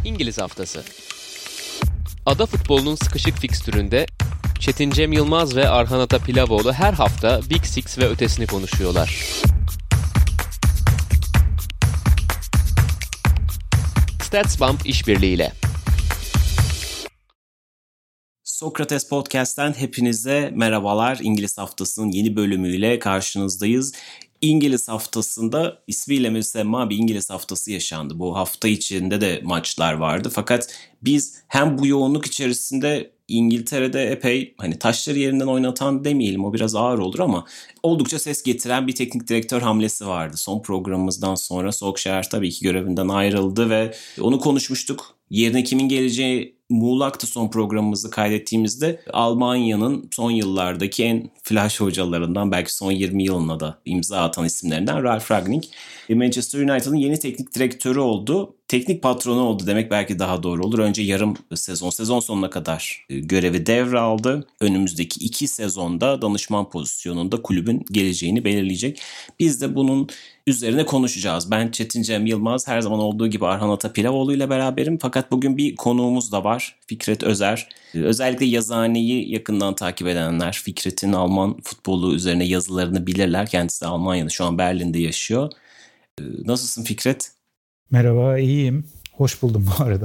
İngiliz Haftası. Ada futbolunun sıkışık fikstüründe Çetin Cem Yılmaz ve Arhan Atapilavoğlu her hafta Big Six ve ötesini konuşuyorlar. StatsBomb işbirliğiyle. Sokrates Podcast'ten hepinize merhabalar. İngiliz Haftası'nın yeni bölümüyle karşınızdayız. İngiliz Haftası'nda ismiyle müsemma bir İngiliz Haftası yaşandı. Bu hafta içinde de maçlar vardı. Fakat biz hem bu yoğunluk içerisinde İngiltere'de epey taşları yerinden oynatan demeyelim, o biraz ağır olur ama oldukça ses getiren bir teknik direktör hamlesi vardı. Son programımızdan sonra Solskjaer tabii ki görevinden ayrıldı ve onu konuşmuştuk. Yerine kimin geleceği muğlaktı son programımızı kaydettiğimizde. Almanya'nın son yıllardaki en flash hocalarından, belki son 20 yılına da imza atan isimlerinden Ralf Rangnick. Manchester United'ın yeni teknik direktörü oldu. Teknik patronu oldu demek belki daha doğru olur. Önce yarım sezon sonuna kadar görevi devraldı. Önümüzdeki 2 sezonda danışman pozisyonunda kulübün geleceğini belirleyecek. Biz de bunun üzerine konuşacağız. Ben Çetin Cem Yılmaz, her zaman olduğu gibi Arhan Atapilavoğlu ile beraberim. Fakat bugün bir konuğumuz da var. Fikret Özer. Özellikle Yazıhane'yi yakından takip edenler Fikret'in Alman futbolu üzerine yazılarını bilirler. Kendisi de Almanya'da, şu an Berlin'de yaşıyor. Nasılsın Fikret? Merhaba, iyiyim. Hoş buldum bu arada.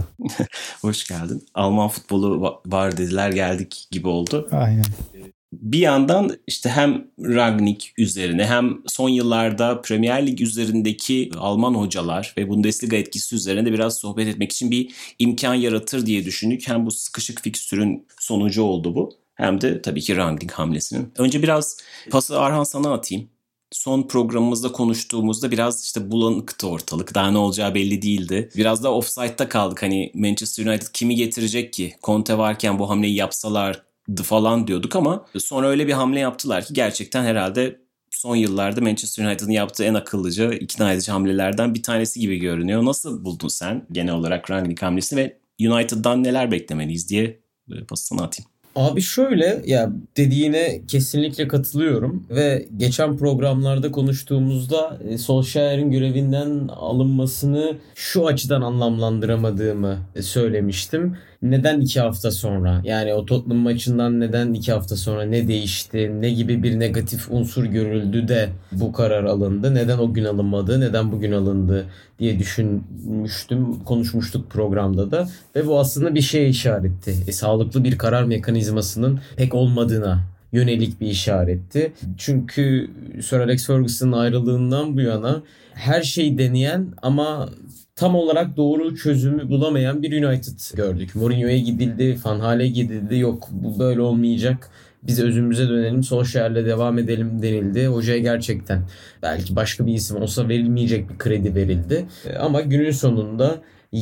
Hoş geldin. Alman futbolu var dediler, geldik gibi oldu. Aynen. Bir yandan işte hem Rangnick üzerine hem son yıllarda Premier Lig üzerindeki Alman hocalar ve Bundesliga etkisi üzerine de biraz sohbet etmek için bir imkan yaratır diye düşündük. Hem bu sıkışık fikstürün sonucu oldu bu, hem de tabii ki Rangnick hamlesinin. Önce biraz pası Arhan sana atayım. Son programımızda konuştuğumuzda biraz işte bulanıktı ortalık. Daha ne olacağı belli değildi. Biraz da offside'da kaldık. Manchester United kimi getirecek ki? Conte varken bu hamleyi yapsalardı falan diyorduk ama sonra öyle bir hamle yaptılar ki gerçekten herhalde son yıllarda Manchester United'ın yaptığı en akıllıca, ikna edici hamlelerden bir tanesi gibi görünüyor. Nasıl buldun sen genel olarak Rangnick hamlesini ve United'dan neler beklemeliyiz diye pası sana atayım. Abi şöyle, ya dediğine kesinlikle katılıyorum ve geçen programlarda konuştuğumuzda Solskjaer'in görevinden alınmasını şu açıdan anlamlandıramadığımı söylemiştim. Neden 2 hafta sonra? Yani o Tottenham maçından neden 2 hafta sonra ne değişti? Ne gibi bir negatif unsur görüldü de bu karar alındı? Neden o gün alınmadı? Neden bugün alındı diye düşünmüştüm. Konuşmuştuk programda da. Ve bu aslında bir şeye işaretti. Sağlıklı bir karar mekanizmasının pek olmadığına yönelik bir işaretti. Çünkü Sir Alex Ferguson'ın ayrılığından bu yana her şeyi deneyen ama tam olarak doğru çözümü bulamayan bir United gördük. Mourinho'ya gidildi, Van Gaal'e gidildi. Yok, bu böyle olmayacak, biz özümüze dönelim, Solskjaer'le devam edelim denildi. Hocaya gerçekten belki başka bir isim olsa verilmeyecek bir kredi verildi. Ama günün sonunda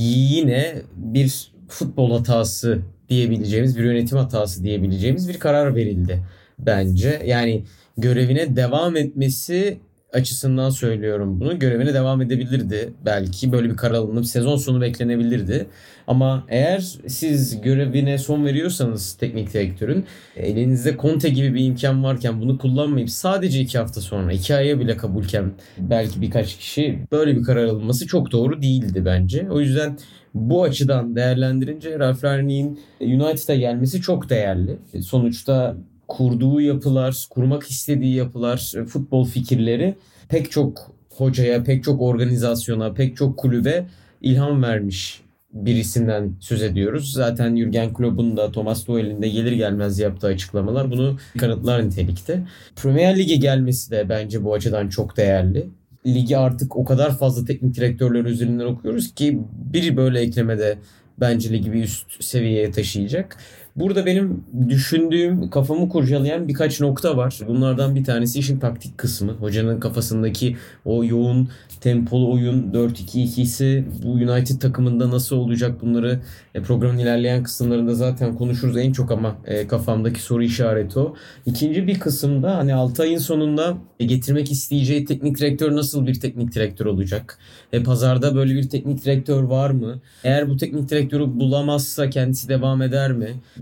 yine bir futbol hatası diyebileceğimiz, bir yönetim hatası diyebileceğimiz bir karar verildi bence. Yani görevine devam etmesi açısından söylüyorum bunu. Görevine devam edebilirdi. Belki böyle bir karar alınıp sezon sonu beklenebilirdi. Ama eğer siz görevine son veriyorsanız teknik direktörün, elinizde Conte gibi bir imkan varken bunu kullanmayıp sadece 2 hafta sonra, 2 aya bile kabulken belki birkaç kişi, böyle bir karar alınması çok doğru değildi bence. O yüzden bu açıdan değerlendirince Ralf Rangnick'in United'a gelmesi çok değerli. Sonuçta kurduğu yapılar, kurmak istediği yapılar, futbol fikirleri pek çok hocaya, pek çok organizasyona, pek çok kulübe ilham vermiş birisinden söz ediyoruz. Zaten Jürgen Klopp'un da Thomas Tuchel'in de gelir gelmez yaptığı açıklamalar bunu kanıtlar nitelikte. Premier Lig'e gelmesi de bence bu açıdan çok değerli. Ligi artık o kadar fazla teknik direktörler üzerinden okuyoruz ki biri böyle eklemede bence ligi bir üst seviyeye taşıyacak. Burada benim düşündüğüm, kafamı kurcalayan birkaç nokta var. Bunlardan bir tanesi işin taktik kısmı. Hocanın kafasındaki o yoğun tempolu oyun 4-2-2'si bu United takımında nasıl olacak, bunları programın ilerleyen kısımlarında zaten konuşuruz en çok ama kafamdaki soru işareti o. İkinci bir kısımda 6 ayın sonunda getirmek isteyeceği teknik direktör nasıl bir teknik direktör olacak? Pazarda böyle bir teknik direktör var mı? Eğer bu teknik direktörü bulamazsa kendisi devam eder mi?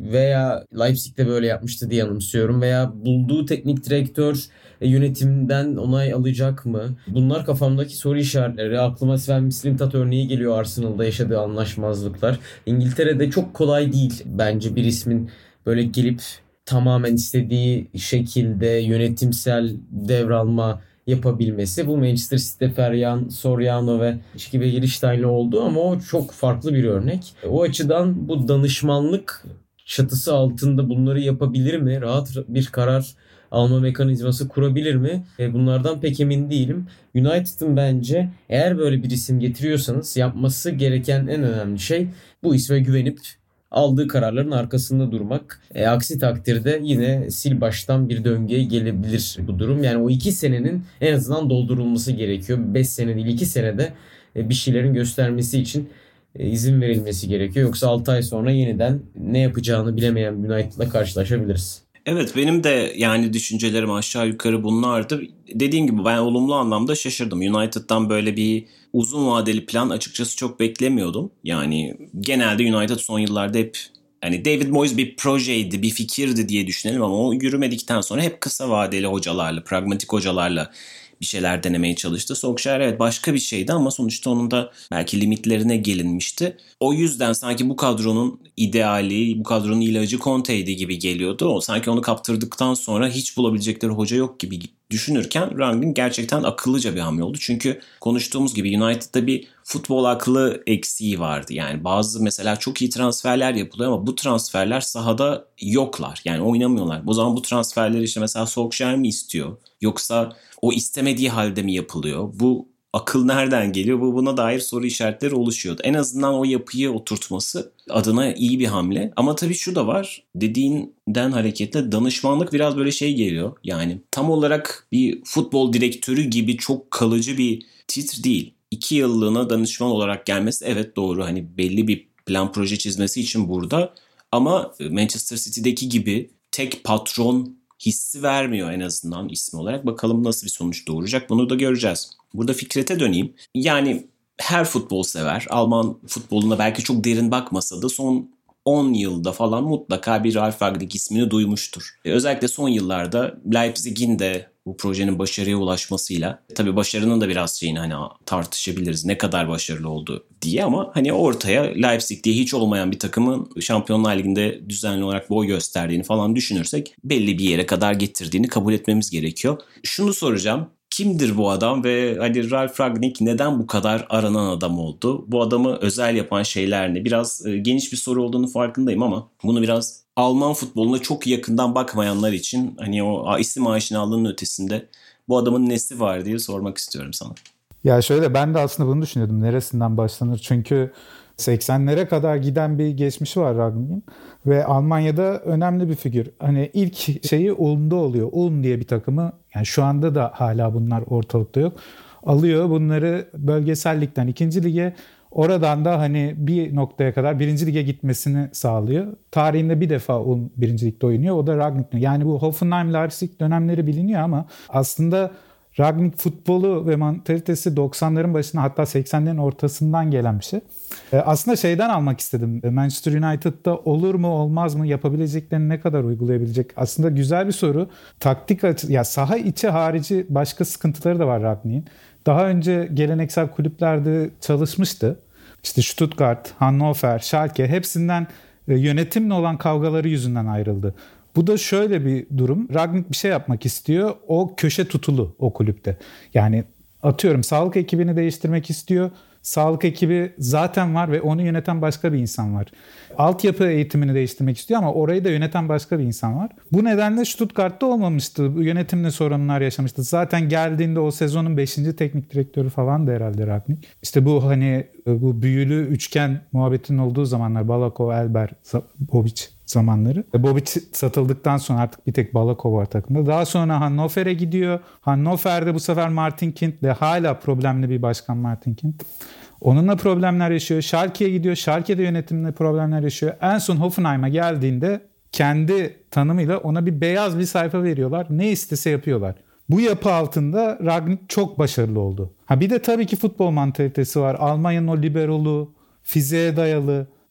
veya Leipzig'te böyle yapmıştı diye anımsıyorum. Veya bulduğu teknik direktör yönetimden onay alacak mı? Bunlar kafamdaki soru işaretleri. Aklıma Sven Mislintat örneği geliyor, Arsenal'da yaşadığı anlaşmazlıklar. İngiltere'de çok kolay değil bence bir ismin böyle gelip tamamen istediği şekilde yönetimsel devralma yapabilmesi. Bu Manchester City'de Ferran Soriano ve Çiki Begiristayn'la oldu ama o çok farklı bir örnek. O açıdan bu danışmanlık çatısı altında bunları yapabilir mi? Rahat bir karar alma mekanizması kurabilir mi? Bunlardan pek emin değilim. United'ın bence eğer böyle bir isim getiriyorsanız yapması gereken en önemli şey bu isme güvenip aldığı kararların arkasında durmak. Aksi takdirde yine sil baştan bir döngüye gelebilir bu durum. Yani o 2 senenin en azından doldurulması gerekiyor. 5 sene değil 2 senede bir şeylerin göstermesi için izin verilmesi gerekiyor. Yoksa 6 ay sonra yeniden ne yapacağını bilemeyen United'la karşılaşabiliriz. Evet, benim de yani düşüncelerim aşağı yukarı bunlardı. Dediğim gibi ben olumlu anlamda şaşırdım. United'dan böyle bir uzun vadeli plan açıkçası çok beklemiyordum. Yani genelde United son yıllarda hep hani David Moyes bir projeydi, bir fikirdi diye düşünelim ama o yürümedikten sonra hep kısa vadeli hocalarla, pragmatik hocalarla bir şeyler denemeye çalıştı. Solskjaer evet başka bir şeydi ama sonuçta onun da belki limitlerine gelinmişti. O yüzden sanki bu kadronun ideali, bu kadronun ilacı Conte'ydi gibi geliyordu. O sanki onu kaptırdıktan sonra hiç bulabilecekleri hoca yok gibi düşünürken Rangnick gerçekten akıllıca bir hamle oldu. Çünkü konuştuğumuz gibi United'da bir futbol aklı eksiği vardı. Yani bazı mesela çok iyi transferler yapılıyor ama bu transferler sahada yoklar. Yani oynamıyorlar. O zaman bu transferleri işte mesela Solskjaer mi istiyor? Yoksa o istemediği halde mi yapılıyor? Bu akıl nereden geliyor? Buna dair soru işaretleri oluşuyordu. En azından o yapıyı oturtması adına iyi bir hamle. Ama tabii şu da var. Dediğinden hareketle danışmanlık biraz böyle şey geliyor. Yani tam olarak bir futbol direktörü gibi çok kalıcı bir titr değil. 2 yıllığına danışman olarak gelmesi evet doğru. Hani belli bir plan proje çizmesi için burada. Ama Manchester City'deki gibi tek patron hissi vermiyor en azından ismi olarak. Bakalım nasıl bir sonuç doğuracak, bunu da göreceğiz. Burada Fikret'e döneyim. Yani her futbol sever. Alman futboluna belki çok derin bakmasa da son 10 yılda falan mutlaka bir Ralf Rangnick ismini duymuştur. Özellikle son yıllarda Leipzig'in de bu projenin başarıya ulaşmasıyla, tabii başarının da biraz şeyini hani tartışabiliriz ne kadar başarılı oldu diye ama hani ortaya Leipzig diye hiç olmayan bir takımın Şampiyonlar Ligi'nde düzenli olarak boy gösterdiğini falan düşünürsek belli bir yere kadar getirdiğini kabul etmemiz gerekiyor. Şunu soracağım. Kimdir bu adam ve hani Ralf Rangnick neden bu kadar aranan adam oldu? Bu adamı özel yapan şeyler ne? Biraz geniş bir soru olduğunu farkındayım ama bunu biraz Alman futboluna çok yakından bakmayanlar için hani o isim aşinalığının ötesinde bu adamın nesi var diye sormak istiyorum sana. Ya şöyle, ben de aslında bunu düşünüyordum. Neresinden başlanır? Çünkü 80'lere kadar giden bir geçmişi var Rangnick'in ve Almanya'da önemli bir figür. Hani ilk şeyi Ulm'da oluyor. Ulm diye bir takımı, yani şu anda da hala bunlar ortalıkta yok. Alıyor bunları bölgesel ligden 2. lige, oradan da hani bir noktaya kadar 1. lige gitmesini sağlıyor. Tarihinde bir defa Ulm 1. ligde oynuyor. O da Rangnick. Yani bu Hoffenheim, Leipzig dönemleri biliniyor ama aslında Rangnick futbolu ve mantalitesi 90'ların başına, hatta 80'lerin ortasından gelen bir şey. Aslında şeyden almak istedim. Manchester United'da olur mu olmaz mı, yapabileceklerini ne kadar uygulayabilecek? Aslında güzel bir soru. Taktik ya saha içi harici başka sıkıntıları da var Rangnick'in. Daha önce geleneksel kulüplerde çalışmıştı. İşte Stuttgart, Hannover, Schalke, hepsinden yönetimle olan kavgaları yüzünden ayrıldı. Bu da şöyle bir durum. Rangnick bir şey yapmak istiyor. O köşe tutulu o kulüpte. Yani atıyorum sağlık ekibini değiştirmek istiyor. Sağlık ekibi zaten var ve onu yöneten başka bir insan var. Altyapı eğitimini değiştirmek istiyor ama orayı da yöneten başka bir insan var. Bu nedenle Stuttgart'ta olmamıştı. Yönetimle sorunlar yaşamıştı. Zaten geldiğinde o sezonun 5. teknik direktörü falan da herhalde Rangnick. İşte bu hani bu büyülü üçgen muhabbetinin olduğu zamanlar, Balakov, Elber, Bobic zamanları. Bobic satıldıktan sonra artık bir tek Balakov var takımda. Daha sonra Hannover'e gidiyor. Hannover'de bu sefer Martin Kind'le, hala problemli bir başkan Martin Kind. Onunla problemler yaşıyor. Schalke'ye gidiyor. Schalke'de yönetimle problemler yaşıyor. En son Hoffenheim'a geldiğinde kendi tanımıyla ona bir beyaz bir sayfa veriyorlar. Ne istese yapıyorlar. Bu yapı altında Rangnick çok başarılı oldu. Bir de tabii ki futbol mantalitesi var. Almanya'nın o liberolu, fiziğe dayalı,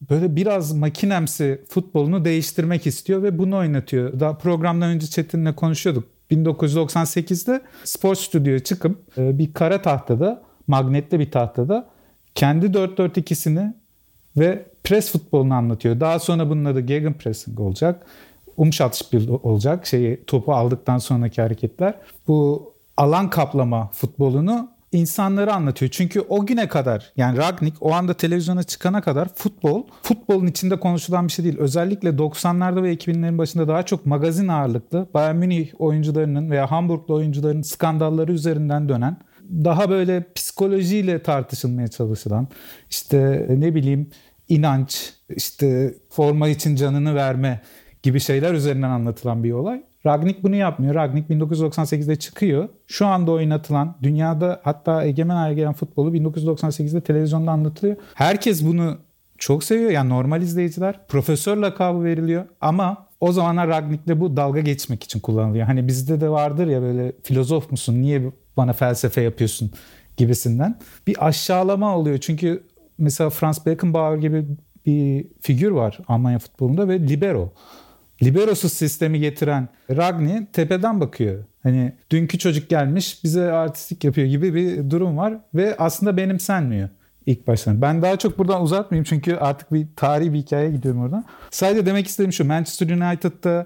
böyle biraz makinemsi futbolunu değiştirmek istiyor ve bunu oynatıyor. Daha programdan önce Çetin'le konuşuyorduk. 1998'de spor stüdyoya çıkıp bir kara tahtada, magnetli bir tahtada kendi 4-4-2'sini ve pres futbolunu anlatıyor. Daha sonra bunun adı Gegenpressing olacak. Umschaltspiel olacak. Topu aldıktan sonraki hareketler. Bu alan kaplama futbolunu insanlara anlatıyor. Çünkü o güne kadar, yani Rangnick o anda televizyona çıkana kadar futbolun içinde konuşulan bir şey değil. Özellikle 90'larda ve 2000'lerin başında daha çok magazin ağırlıklı, Bayern Münih oyuncularının veya Hamburglu oyuncuların skandalları üzerinden dönen, daha böyle psikolojiyle tartışılmaya çalışılan, işte ne bileyim inanç, işte forma için canını verme gibi şeyler üzerinden anlatılan bir olay. Rangnick bunu yapmıyor. Rangnick 1998'de çıkıyor. Şu anda oynatılan, dünyada hatta egemen hale gelen futbolu 1998'de televizyonda anlatılıyor. Herkes bunu çok seviyor. Yani normal izleyiciler. Profesör lakabı veriliyor. Ama o zamanlar Rangnick'le bu dalga geçmek için kullanılıyor. Hani bizde de vardır ya, böyle filozof musun, niye bana felsefe yapıyorsun gibisinden. Bir aşağılama oluyor. Çünkü mesela Franz Beckenbauer gibi bir figür var Almanya futbolunda ve libero. Liberosuz sistemi getiren Rangnick tepeden bakıyor. Hani dünkü çocuk gelmiş bize artistik yapıyor gibi bir durum var ve aslında benimsenmiyor ilk baştan. Ben daha çok buradan uzatmayayım çünkü artık bir tarihi bir hikayeye gidiyorum oradan. Sadece demek istediğim şu: Manchester United'da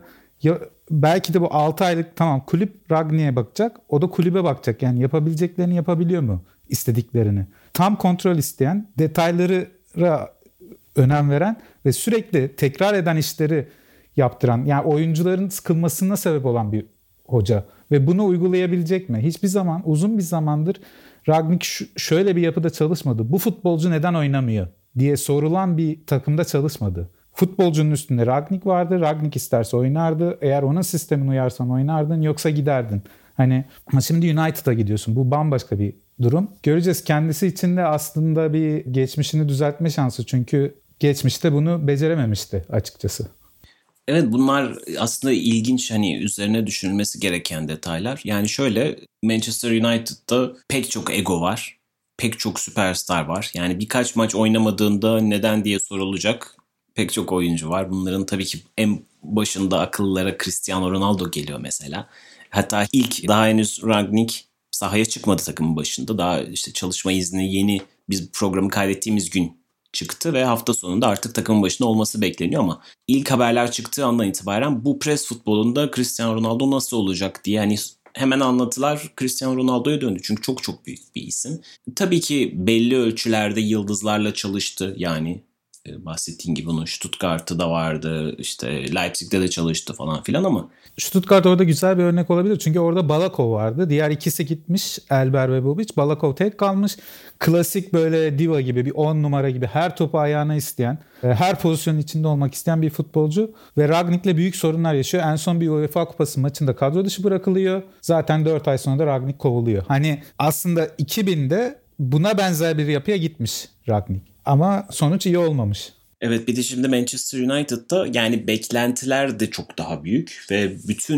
belki de bu 6 aylık, tamam, kulüp Rangnick'e bakacak. O da kulübe bakacak. Yani yapabileceklerini yapabiliyor mu? İstediklerini. Tam kontrol isteyen, detaylara önem veren ve sürekli tekrar eden işleri yaptıran, yani oyuncuların sıkılmasına sebep olan bir hoca. Ve bunu uygulayabilecek mi? Hiçbir zaman, uzun bir zamandır Rangnick şöyle bir yapıda çalışmadı. Bu futbolcu neden oynamıyor diye sorulan bir takımda çalışmadı. Futbolcunun üstünde Rangnick vardı. Rangnick isterse oynardı. Eğer onun sistemine uyarsan oynardın, yoksa giderdin. Hani ama şimdi United'a gidiyorsun. Bu bambaşka bir durum. Göreceğiz. Kendisi için de aslında bir geçmişini düzeltme şansı. Çünkü geçmişte bunu becerememişti açıkçası. Evet, bunlar aslında ilginç, hani üzerine düşünülmesi gereken detaylar. Yani şöyle, Manchester United'da pek çok ego var. Pek çok süperstar var. Yani birkaç maç oynamadığında neden diye sorulacak pek çok oyuncu var. Bunların tabii ki en başında akıllara Cristiano Ronaldo geliyor mesela. Hatta daha henüz Rangnick sahaya çıkmadı takımın başında. Daha işte çalışma izni yeni, biz programı kaydettiğimiz gün çıktı ve hafta sonunda artık takımın başında olması bekleniyor ama ilk haberler çıktığı andan itibaren bu pres futbolunda Cristiano Ronaldo nasıl olacak diye hani hemen anlatılar Cristiano Ronaldo'ya döndü. Çünkü çok çok büyük bir isim. Tabii ki belli ölçülerde yıldızlarla çalıştı. Yani bahsettiğin gibi onun Stuttgart'ı da vardı, işte Leipzig'te de çalıştı falan filan ama Stuttgart orada güzel bir örnek olabilir. Çünkü orada Balakov vardı. Diğer ikisi gitmiş, Elber ve Bobic. Balakov tek kalmış. Klasik böyle diva gibi, bir 10 numara gibi her topu ayağına isteyen, her pozisyonun içinde olmak isteyen bir futbolcu. Ve Rangnick'le büyük sorunlar yaşıyor. En son bir UEFA Kupası maçında kadro dışı bırakılıyor. Zaten 4 ay sonra da Rangnick kovuluyor. Hani aslında 2000'de buna benzer bir yapıya gitmiş Rangnick. Ama sonuç iyi olmamış. Evet, bir de şimdi Manchester United'da yani beklentiler de çok daha büyük ve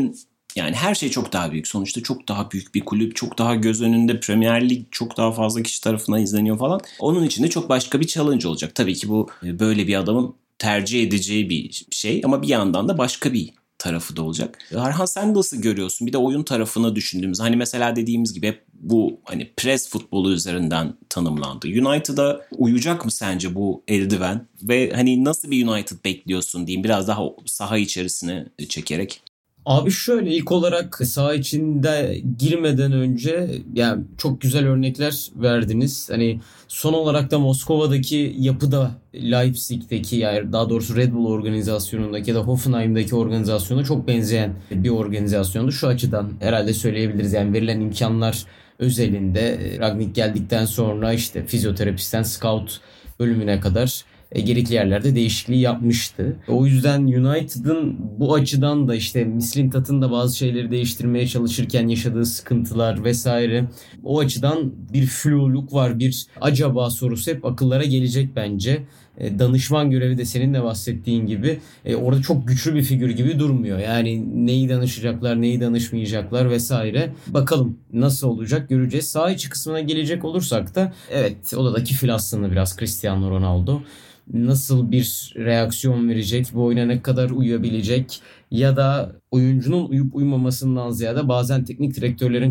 yani her şey çok daha büyük. Sonuçta çok daha büyük bir kulüp, çok daha göz önünde, Premier Lig çok daha fazla kişi tarafından izleniyor falan. Onun için de çok başka bir challenge olacak. Tabii ki bu böyle bir adamın tercih edeceği bir şey ama bir yandan da başka bir tarafı da olacak. Arhan, sen nasıl görüyorsun? Bir de oyun tarafını düşündüğümüz, hani mesela dediğimiz gibi hep bu hani pres futbolu üzerinden tanımlandı. United'a uyacak mı sence bu eldiven? Ve hani nasıl bir United bekliyorsun diyeyim, biraz daha saha içerisine çekerek. Abi şöyle, ilk olarak saha içinde girmeden önce yani çok güzel örnekler verdiniz. Hani son olarak da Moskova'daki yapıda, Leipzig'teki, yani daha doğrusu Red Bull organizasyonundaki ya da Hoffenheim'daki organizasyona çok benzeyen bir organizasyondu. Şu açıdan herhalde söyleyebiliriz, yani verilen imkanlar özelinde Rangnick geldikten sonra işte fizyoterapisten scout bölümüne kadar gerekli yerlerde değişikliği yapmıştı. O yüzden United'ın bu açıdan da işte Mislintat'ın da bazı şeyleri değiştirmeye çalışırken yaşadığı sıkıntılar vesaire, o açıdan bir fluluk var, bir acaba sorusu hep akıllara gelecek bence. danışman görevi de senin de bahsettiğin gibi orada çok güçlü bir figür gibi durmuyor. Yani neyi danışacaklar, neyi danışmayacaklar vesaire. Bakalım nasıl olacak, göreceğiz. Saha içi kısmına gelecek olursak da evet, odadaki fil aslında biraz Cristiano Ronaldo. Nasıl bir reaksiyon verecek, bu oyuna ne kadar uyabilecek ya da oyuncunun uyup uymamasından ziyade bazen teknik direktörlerin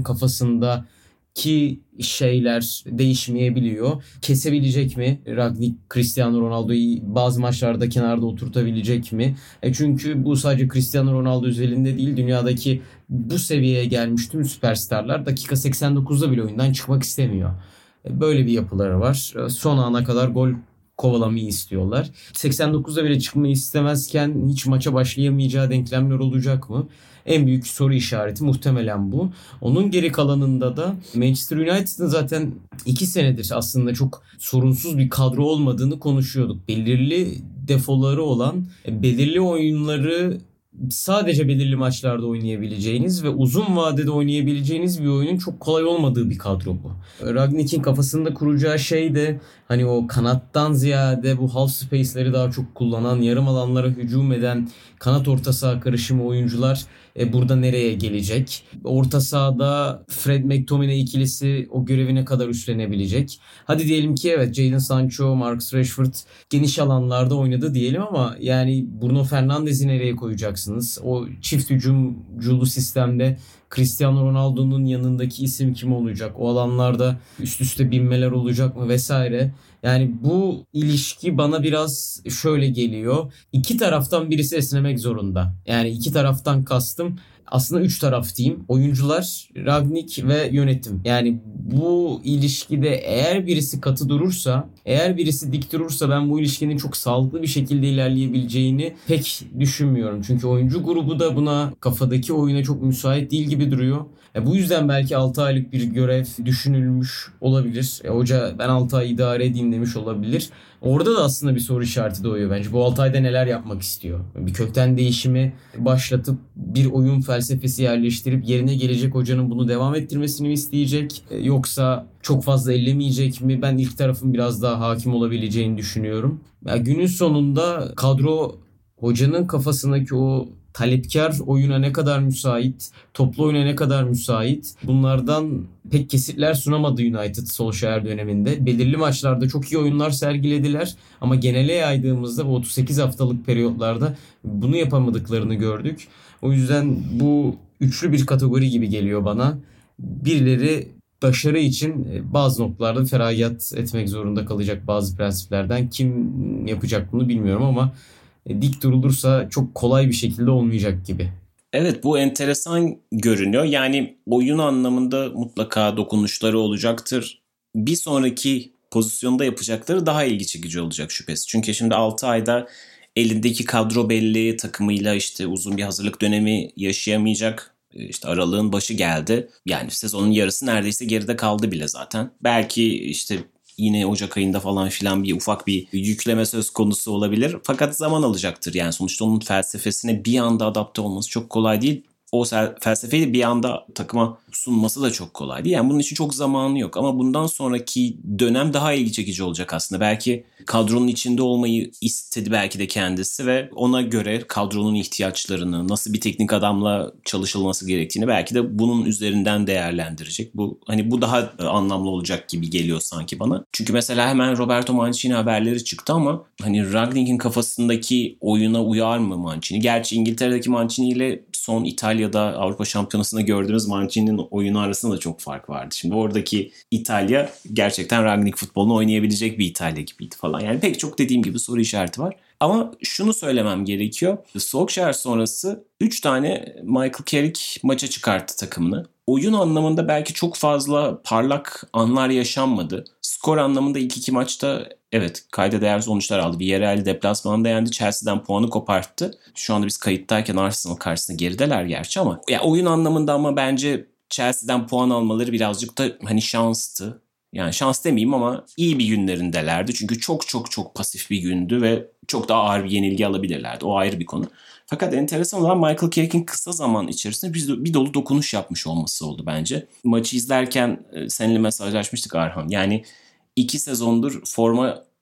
kafasındaki şeyler değişmeyebiliyor. Kesebilecek mi? Rangnick Cristiano Ronaldo'yu bazı maçlarda kenarda oturtabilecek mi? Çünkü bu sadece Cristiano Ronaldo özelinde değil, dünyadaki bu seviyeye gelmiş tüm süperstarlar dakika 89'da bile oyundan çıkmak istemiyor. Böyle bir yapıları var. Son ana kadar gol kovalamayı istiyorlar. 89'da bile çıkmayı istemezken hiç maça başlayamayacağı denklemler olacak mı? En büyük soru işareti muhtemelen bu. Onun geri kalanında da Manchester United'ın zaten 2 senedir aslında çok sorunsuz bir kadro olmadığını konuşuyorduk. Belirli defoları olan, belirli oyunları sadece belirli maçlarda oynayabileceğiniz ve uzun vadede oynayabileceğiniz bir oyunun çok kolay olmadığı bir kadro bu. Rangnick'in kafasında kuracağı şey de hani o kanattan ziyade bu half space'leri daha çok kullanan, yarım alanlara hücum eden kanat orta saha karışımı oyuncular burada nereye gelecek? Orta sahada Fred McTominay ikilisi o görevi ne kadar üstlenebilecek? Hadi diyelim ki evet, Jadon Sancho, Marcus Rashford geniş alanlarda oynadı diyelim ama yani Bruno Fernandes'i nereye koyacaksınız? O çift hücumculu sistemde Cristiano Ronaldo'nun yanındaki isim kim olacak? O alanlarda üst üste binmeler olacak mı vesaire. Yani bu ilişki bana biraz şöyle geliyor. İki taraftan birisi esnemek zorunda. Yani iki taraftan kastım aslında 3 taraf diyeyim. Oyuncular, Rangnick ve yönetim. Yani bu ilişkide eğer birisi katı durursa, eğer birisi dik durursa ben bu ilişkinin çok sağlıklı bir şekilde ilerleyebileceğini pek düşünmüyorum. Çünkü oyuncu grubu da buna, kafadaki oyuna çok müsait değil gibi duruyor. Bu yüzden belki 6 aylık bir görev düşünülmüş olabilir. Hoca ben 6 ay idare edeyim demiş olabilir. Orada da aslında bir soru işareti doğuyor bence. Bu 6 ayda neler yapmak istiyor? Bir kökten değişimi başlatıp bir oyun felsefesi yerleştirip yerine gelecek hocanın bunu devam ettirmesini mi isteyecek? Yoksa çok fazla ellemeyecek mi? Ben ilk tarafın biraz daha hakim olabileceğini düşünüyorum. Günün sonunda kadro hocanın kafasındaki o talepkar oyuna ne kadar müsait, toplu oyuna ne kadar müsait, bunlardan pek kesitler sunamadı United Solskjaer döneminde. Belirli maçlarda çok iyi oyunlar sergilediler ama genele yaydığımızda bu 38 haftalık periyotlarda bunu yapamadıklarını gördük. O yüzden bu üçlü bir kategori gibi geliyor bana. Birileri başarı için bazı noktalarda feragat etmek zorunda kalacak bazı prensiplerden. Kim yapacak bunu bilmiyorum ama dik durulursa çok kolay bir şekilde olmayacak gibi. Evet, bu enteresan görünüyor. Yani oyun anlamında mutlaka dokunuşları olacaktır. Bir sonraki pozisyonda yapacakları daha ilgi çekici olacak şüphesiz. Çünkü şimdi 6 ayda elindeki kadro belli, takımıyla işte uzun bir hazırlık dönemi yaşayamayacak. İşte aralığın başı geldi. Yani sezonun yarısı neredeyse geride kaldı bile zaten. Belki işte yine Ocak ayında falan filan bir ufak bir yükleme söz konusu olabilir. Fakat zaman alacaktır. Yani sonuçta onun felsefesine bir anda adapte olması çok kolay değil. O felsefeyi bir anda takıma sunması da çok kolay değil. Yani bunun için çok zamanı yok. Ama bundan sonraki dönem daha ilgi çekici olacak aslında. Belki kadronun içinde olmayı istedi belki de kendisi ve ona göre kadronun ihtiyaçlarını, nasıl bir teknik adamla çalışılması gerektiğini belki de bunun üzerinden değerlendirecek. Bu daha anlamlı olacak gibi geliyor sanki bana. Çünkü mesela hemen Roberto Mancini haberleri çıktı ama hani Rangnick'in kafasındaki oyuna uyar mı Mancini? Gerçi İngiltere'deki Mancini ile son İtalya'da Avrupa Şampiyonası'nda gördüğümüz Mancini'nin oyunu arasında da çok fark vardı. Şimdi oradaki İtalya gerçekten Rangnick futbolunu oynayabilecek bir İtalya gibiydi falan. Yani pek çok dediğim gibi soru işareti var. Ama şunu söylemem gerekiyor. Solskjaer sonrası 3 tane Michael Carrick maça çıkarttı takımını. Oyun anlamında belki çok fazla parlak anlar yaşanmadı. Skor anlamında ilk 2 maçta evet kayda değer sonuçlar aldı. Villarreal'i deplasmanda yendi. Chelsea'den puanı koparttı. Şu anda biz kayıttayken Arsenal karşısında gerideler gerçi ama oyun anlamında ama bence Chelsea'den puan almaları birazcık da hani şanstı. Yani şans demeyeyim ama iyi bir günlerindelerdi. Çünkü çok çok çok pasif bir gündü ve çok daha ağır bir yenilgi alabilirlerdi. O ayrı bir konu. Fakat enteresan olan Michael Carrick'in kısa zaman içerisinde bir dolu dokunuş yapmış olması oldu bence. Maçı izlerken seninle mesajlaşmıştık Arhan. Yani 2 sezondur forma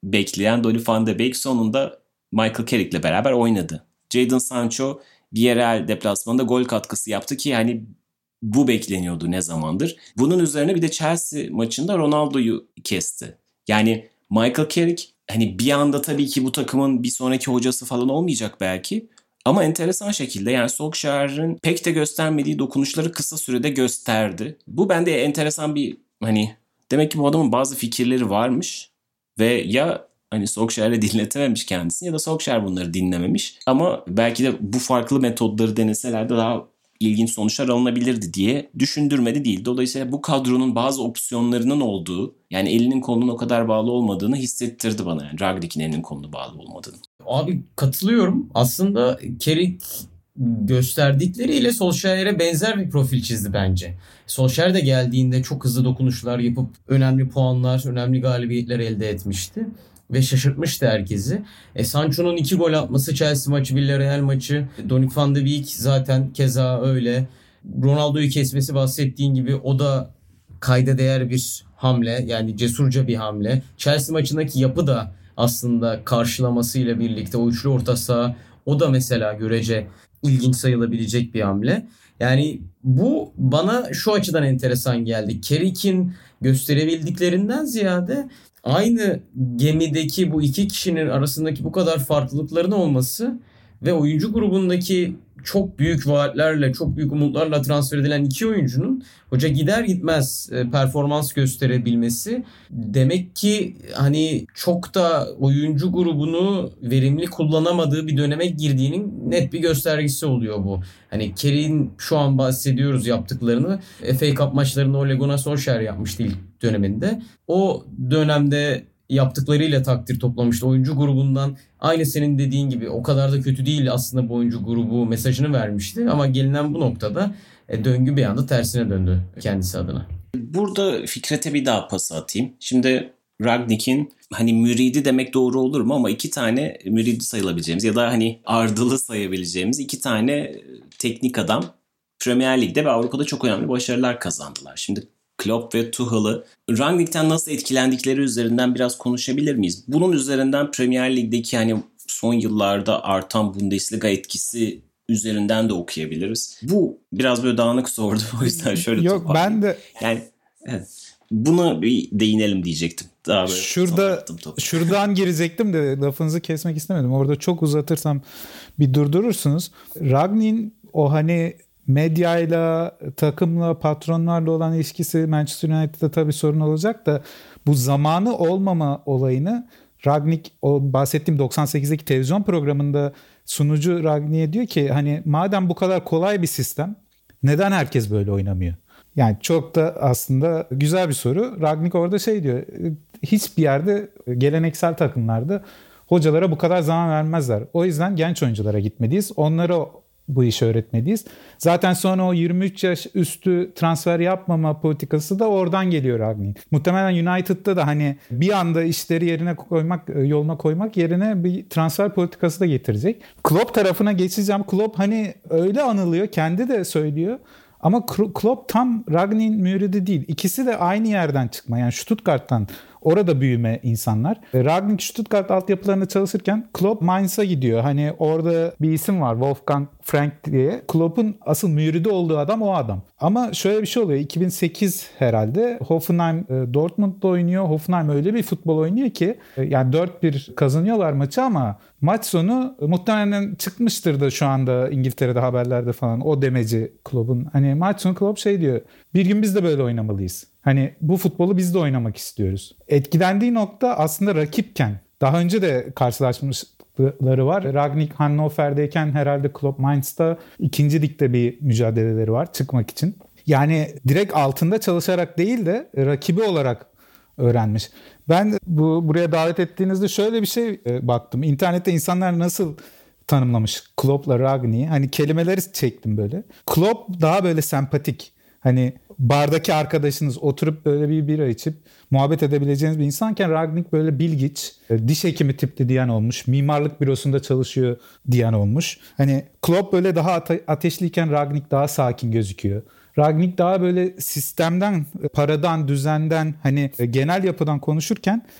bekleyen Donny van de Beek sonunda Michael Carrick'le beraber oynadı. Jadon Sancho Villarreal deplasmanında gol katkısı yaptı ki hani bu bekleniyordu ne zamandır. Bunun üzerine bir de Chelsea maçında Ronaldo'yu kesti. Yani Michael Carrick hani bir anda tabii ki bu takımın bir sonraki hocası falan olmayacak belki. Ama enteresan şekilde yani Solskjaer'in pek de göstermediği dokunuşları kısa sürede gösterdi. Bu bende enteresan bir hani demek ki bu adamın bazı fikirleri varmış ve ya hani Solskjaer'e dinletememiş kendisini ya da Solskjaer bunları dinlememiş. Ama belki de bu farklı metodları deneseler de daha ilginç sonuçlar alınabilirdi diye düşündürmedi değil. Dolayısıyla bu kadronun bazı opsiyonlarının olduğu, yani elinin kolunun o kadar bağlı olmadığını hissettirdi bana. Yani Rangnick'in elinin kolunu bağlı olmadığını. Abi katılıyorum. Aslında Carrick gösterdikleriyle Solskjaer'e benzer bir profil çizdi bence. Solskjaer de geldiğinde çok hızlı dokunuşlar yapıp önemli puanlar, önemli galibiyetler elde etmişti. Ve şaşırtmıştı herkesi. Sancho'nun 2 gol atması Chelsea maçı, Villarreal maçı. Donny van de Beek zaten keza öyle. Ronaldo'yu kesmesi bahsettiğin gibi o da kayda değer bir hamle. Yani cesurca bir hamle. Chelsea maçındaki yapı da aslında karşılamasıyla birlikte o üçlü orta saha o da mesela görece ilginç sayılabilecek bir hamle. Yani bu bana şu açıdan enteresan geldi. Carrick'in gösterebildiklerinden ziyade aynı gemideki bu iki kişinin arasındaki bu kadar farklılıkların olması ve oyuncu grubundaki çok büyük vaatlerle, çok büyük umutlarla transfer edilen iki oyuncunun hoca gider gitmez performans gösterebilmesi demek ki hani çok da oyuncu grubunu verimli kullanamadığı bir döneme girdiğinin net bir göstergesi oluyor bu. Hani Carrick'in şu an bahsediyoruz yaptıklarını FA Cup maçlarında Ole Gunnar Solskjaer yapmıştı ilk döneminde. O dönemde yaptıklarıyla takdir toplamıştı. Oyuncu grubundan aynı senin dediğin gibi o kadar da kötü değil aslında bu oyuncu grubu mesajını vermişti. Ama gelinen bu noktada döngü bir anda tersine döndü kendisi adına. Burada Fikret'e bir daha pas atayım. Şimdi Rangnick'in hani müridi demek doğru olur mu ama 2 tane müridi sayılabileceğimiz ya da hani ardılı sayabileceğimiz 2 tane teknik adam Premier Lig'de ve Avrupa'da çok önemli başarılar kazandılar. Şimdi Klopp ve Tuchel'ı Rangnick'ten nasıl etkilendikleri üzerinden biraz konuşabilir miyiz? Bunun üzerinden Premier Lig'deki hani son yıllarda artan Bundesliga etkisi üzerinden de okuyabiliriz. Bu biraz böyle dağınık sordum o yüzden şöyle Yok ben de yani evet, buna bir değinelim diyecektim. Daha böyle şuradan girecektim de lafınızı kesmek istemedim. Orada çok uzatırsam bir durdurursunuz. Rangnick'in o hani medyayla, takımla, patronlarla olan ilişkisi Manchester United'da tabii sorun olacak da bu zamanı olmama olayını Rangnick o bahsettiğim 98'deki televizyon programında sunucu Rangnick'e diyor ki hani madem bu kadar kolay bir sistem neden herkes böyle oynamıyor? Yani çok da aslında güzel bir soru. Rangnick orada şey diyor, hiçbir yerde geleneksel takımlarda hocalara bu kadar zaman vermezler. O yüzden genç oyunculara gitmeliyiz. Onlara bu işi öğretmeliyiz. Zaten sonra o 23 yaş üstü transfer yapmama politikası da oradan geliyor Rangnick. Muhtemelen United'da da hani bir anda işleri yerine koymak, yoluna koymak yerine bir transfer politikası da getirecek. Klopp tarafına geçeceğim. Klopp hani öyle anılıyor, kendi de söylüyor. Ama Klopp tam Rangnick'in müridi değil. İkisi de aynı yerden çıkma. Yani Stuttgart'tan orada büyüme insanlar. Rangnick Stuttgart altyapılarında çalışırken Klopp Mainz'a gidiyor. Hani orada bir isim var Wolfgang Frank diye. Klopp'un asıl müridi olduğu adam o adam. Ama şöyle bir şey oluyor. 2008 herhalde Hoffenheim Dortmund'da oynuyor. Hoffenheim öyle bir futbol oynuyor ki yani 4-1 kazanıyorlar maçı ama maç sonu muhtemelen çıkmıştır da şu anda İngiltere'de haberlerde falan o demeci Klopp'un. Hani maç sonu Klopp şey diyor. Bir gün biz de böyle oynamalıyız. Hani bu futbolu biz de oynamak istiyoruz. Etkilendiği nokta aslında rakipken. Daha önce de karşılaşmışları var. Rangnick Hannover'deyken herhalde Klopp Mainz'da 2. ligde bir mücadeleleri var çıkmak için. Yani direkt altında çalışarak değil de rakibi olarak öğrenmiş. Ben buraya davet ettiğinizde şöyle bir şey baktım. İnternette insanlar nasıl tanımlamış Klopp'la Rangnick'i. Hani kelimeleri çektim böyle. Klopp daha böyle sempatik. Hani bardaki arkadaşınız oturup böyle bir bira içip muhabbet edebileceğiniz bir insanken Rangnick böyle bilgiç, diş hekimi tipli diyen olmuş, mimarlık bürosunda çalışıyor diyen olmuş. Hani Klopp böyle daha ateşliyken Rangnick daha sakin gözüküyor. Rangnick daha böyle sistemden, paradan, düzenden hani genel yapıdan konuşurken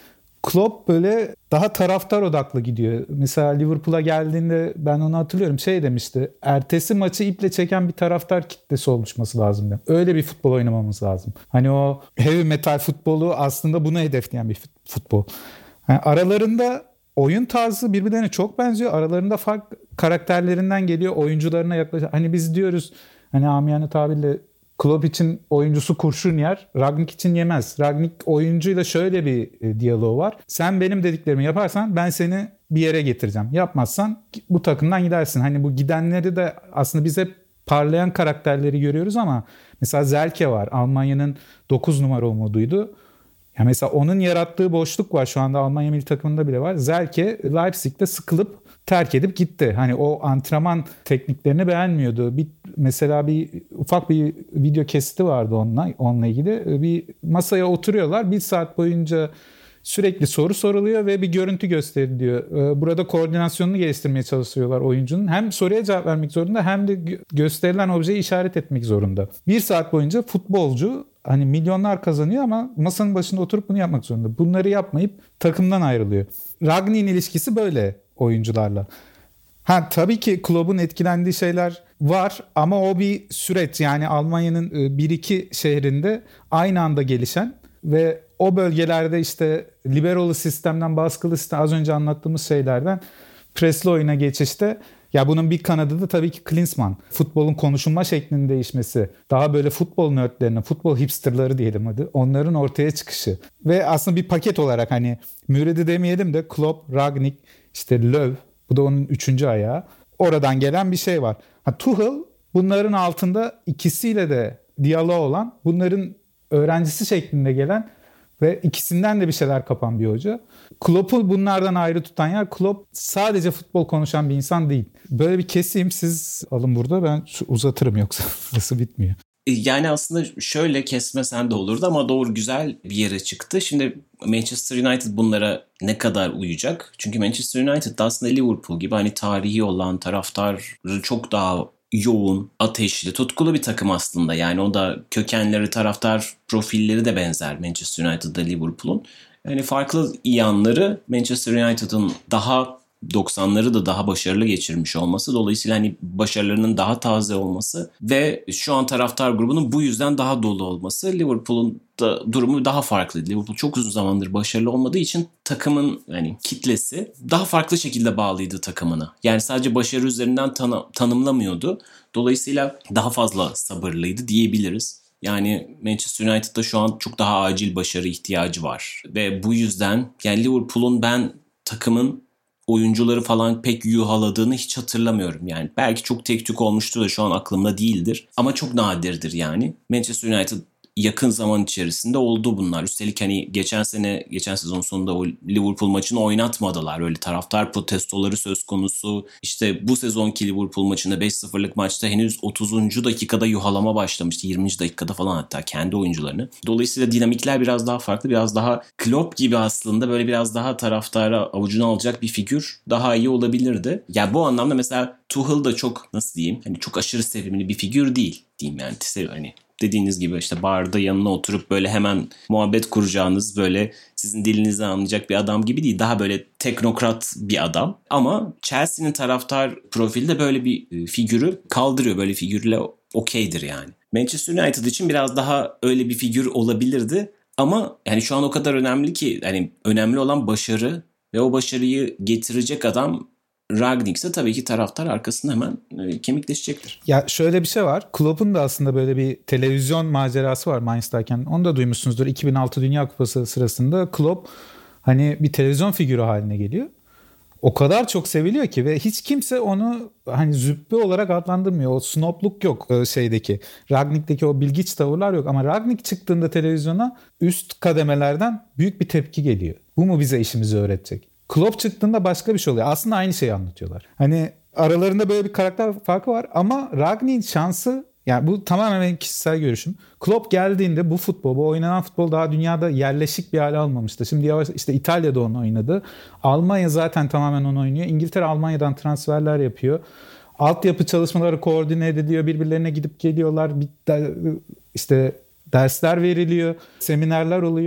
Klopp böyle daha taraftar odaklı gidiyor. Mesela Liverpool'a geldiğinde ben onu hatırlıyorum, şey demişti. Ertesi maçı iple çeken bir taraftar kitlesi oluşması lazım dedim. Öyle bir futbol oynamamız lazım. Hani o heavy metal futbolu aslında bunu hedefleyen bir futbol. Yani aralarında oyun tarzı birbirlerine çok benziyor. Aralarında fark karakterlerinden geliyor. Oyuncularına yaklaşıyor. Hani biz diyoruz, hani amiyane tabirle, Klopp için oyuncusu kurşun yer, Rangnick için yemez. Rangnick oyuncuyla şöyle bir diyaloğu var. Sen benim dediklerimi yaparsan ben seni bir yere getireceğim. Yapmazsan bu takımdan gidersin. Hani bu gidenleri de aslında biz hep parlayan karakterleri görüyoruz ama mesela Zelke var. Almanya'nın 9 numara umuduydu. Ya mesela onun yarattığı boşluk var. Şu anda Almanya milli takımında bile var. Zelke Leipzig'te sıkılıp terk edip gitti. Hani o antrenman tekniklerini beğenmiyordu. Mesela ufak bir video kesiti vardı onunla ilgili. Bir masaya oturuyorlar. 1 saat boyunca sürekli soru soruluyor ve bir görüntü gösteriliyor. Burada koordinasyonunu geliştirmeye çalışıyorlar oyuncunun. Hem soruya cevap vermek zorunda hem de gösterilen objeyi işaret etmek zorunda. 1 saat boyunca futbolcu hani milyonlar kazanıyor ama masanın başında oturup bunu yapmak zorunda. Bunları yapmayıp takımdan ayrılıyor. Rangnick'in ilişkisi böyle oyuncularla. Tabii ki Klopp'un etkilendiği şeyler var ama o bir süreç. Yani Almanya'nın 1-2 şehrinde aynı anda gelişen ve o bölgelerde işte liberalı sistemden baskılı sistem, az önce anlattığımız şeylerden presli oyuna geçişte, ya bunun bir kanadı da tabii ki Klinsmann. Futbolun konuşulma şeklinin değişmesi, daha böyle futbol nerdlerinin, futbol hipsterları diyelim hadi, onların ortaya çıkışı. Ve aslında bir paket olarak hani Müredi demeyelim de Klopp, Rangnick, işte Löw, bu da onun 3. ayağı. Oradan gelen bir şey var. Tuchel bunların altında ikisiyle de diyalog olan, bunların öğrencisi şeklinde gelen ve ikisinden de bir şeyler kapan bir hoca. Klopp'u bunlardan ayrı tutan yer, Klopp sadece futbol konuşan bir insan değil. Böyle bir keseyim, siz alın burada, ben uzatırım yoksa nasıl bitmiyor. Yani aslında şöyle kesmesen de olurdu ama doğru, güzel bir yere çıktı. Şimdi Manchester United bunlara ne kadar uyacak? Çünkü Manchester United aslında Liverpool gibi hani tarihi olan, taraftarı çok daha yoğun, ateşli, tutkulu bir takım aslında. Yani o da kökenleri, taraftar profilleri de benzer Manchester United'da Liverpool'un. Yani farklı yanları Manchester United'ın daha 90'ları da daha başarılı geçirmiş olması, dolayısıyla hani başarılarının daha taze olması ve şu an taraftar grubunun bu yüzden daha dolu olması. Liverpool'un da durumu daha farklıydı. Liverpool çok uzun zamandır başarılı olmadığı için takımın hani kitlesi daha farklı şekilde bağlıydı takımına. Yani sadece başarı üzerinden tanımlamıyordu. Dolayısıyla daha fazla sabırlıydı diyebiliriz. Yani Manchester United'da şu an çok daha acil başarı ihtiyacı var. Ve bu yüzden yani Liverpool'un ben takımın oyuncuları falan pek yuhaladığını hiç hatırlamıyorum. Yani belki çok tek tük olmuştur da şu an aklımda değildir. Ama çok nadirdir yani. Manchester United yakın zaman içerisinde oldu bunlar. Üstelik hani geçen sezon sonunda o Liverpool maçını oynatmadılar. Öyle taraftar protestoları söz konusu. İşte bu sezonki Liverpool maçında 5-0'lık maçta henüz 30. dakikada yuhalama başlamıştı. 20. dakikada falan hatta kendi oyuncularını. Dolayısıyla dinamikler biraz daha farklı. Biraz daha Klopp gibi aslında böyle biraz daha taraftara avucuna alacak bir figür daha iyi olabilirdi. Ya bu anlamda mesela Tuchel da çok, nasıl diyeyim, hani çok aşırı sevimli bir figür değil diyeyim yani. Hani dediğiniz gibi işte barda yanına oturup böyle hemen muhabbet kuracağınız, böyle sizin dilinizi anlayacak bir adam gibi değil. Daha böyle teknokrat bir adam. Ama Chelsea'nin taraftar profili de böyle bir figürü kaldırıyor. Böyle figürle okeydir yani. Manchester United için biraz daha öyle bir figür olabilirdi. Ama yani şu an o kadar önemli ki, hani önemli olan başarı ve o başarıyı getirecek adam Rangnick ise tabii ki taraftar arkasında hemen kemikleşecektir. Ya şöyle bir şey var. Klopp'un da aslında böyle bir televizyon macerası var Mainz'dayken. Onu da duymuşsunuzdur. 2006 Dünya Kupası sırasında Klopp hani bir televizyon figürü haline geliyor. O kadar çok seviliyor ki ve hiç kimse onu hani züppe olarak adlandırmıyor. O snobluk yok şeydeki. Rangnick'teki o bilgiç tavırlar yok. Ama Rangnick çıktığında televizyona üst kademelerden büyük bir tepki geliyor. Bu mu bize işimizi öğretecek? Klopp çıktığında başka bir şey oluyor. Aslında aynı şeyi anlatıyorlar. Hani aralarında böyle bir karakter farkı var ama Rangnick'in şansı, yani bu tamamen benim kişisel görüşüm. Klopp geldiğinde bu oynanan futbol daha dünyada yerleşik bir hale almamıştı. Şimdi yavaş işte İtalya'da onu oynadı. Almanya zaten tamamen onu oynuyor. İngiltere Almanya'dan transferler yapıyor. Altyapı çalışmaları koordine ediliyor. Birbirlerine gidip geliyorlar. İşte dersler veriliyor. Seminerler oluyor.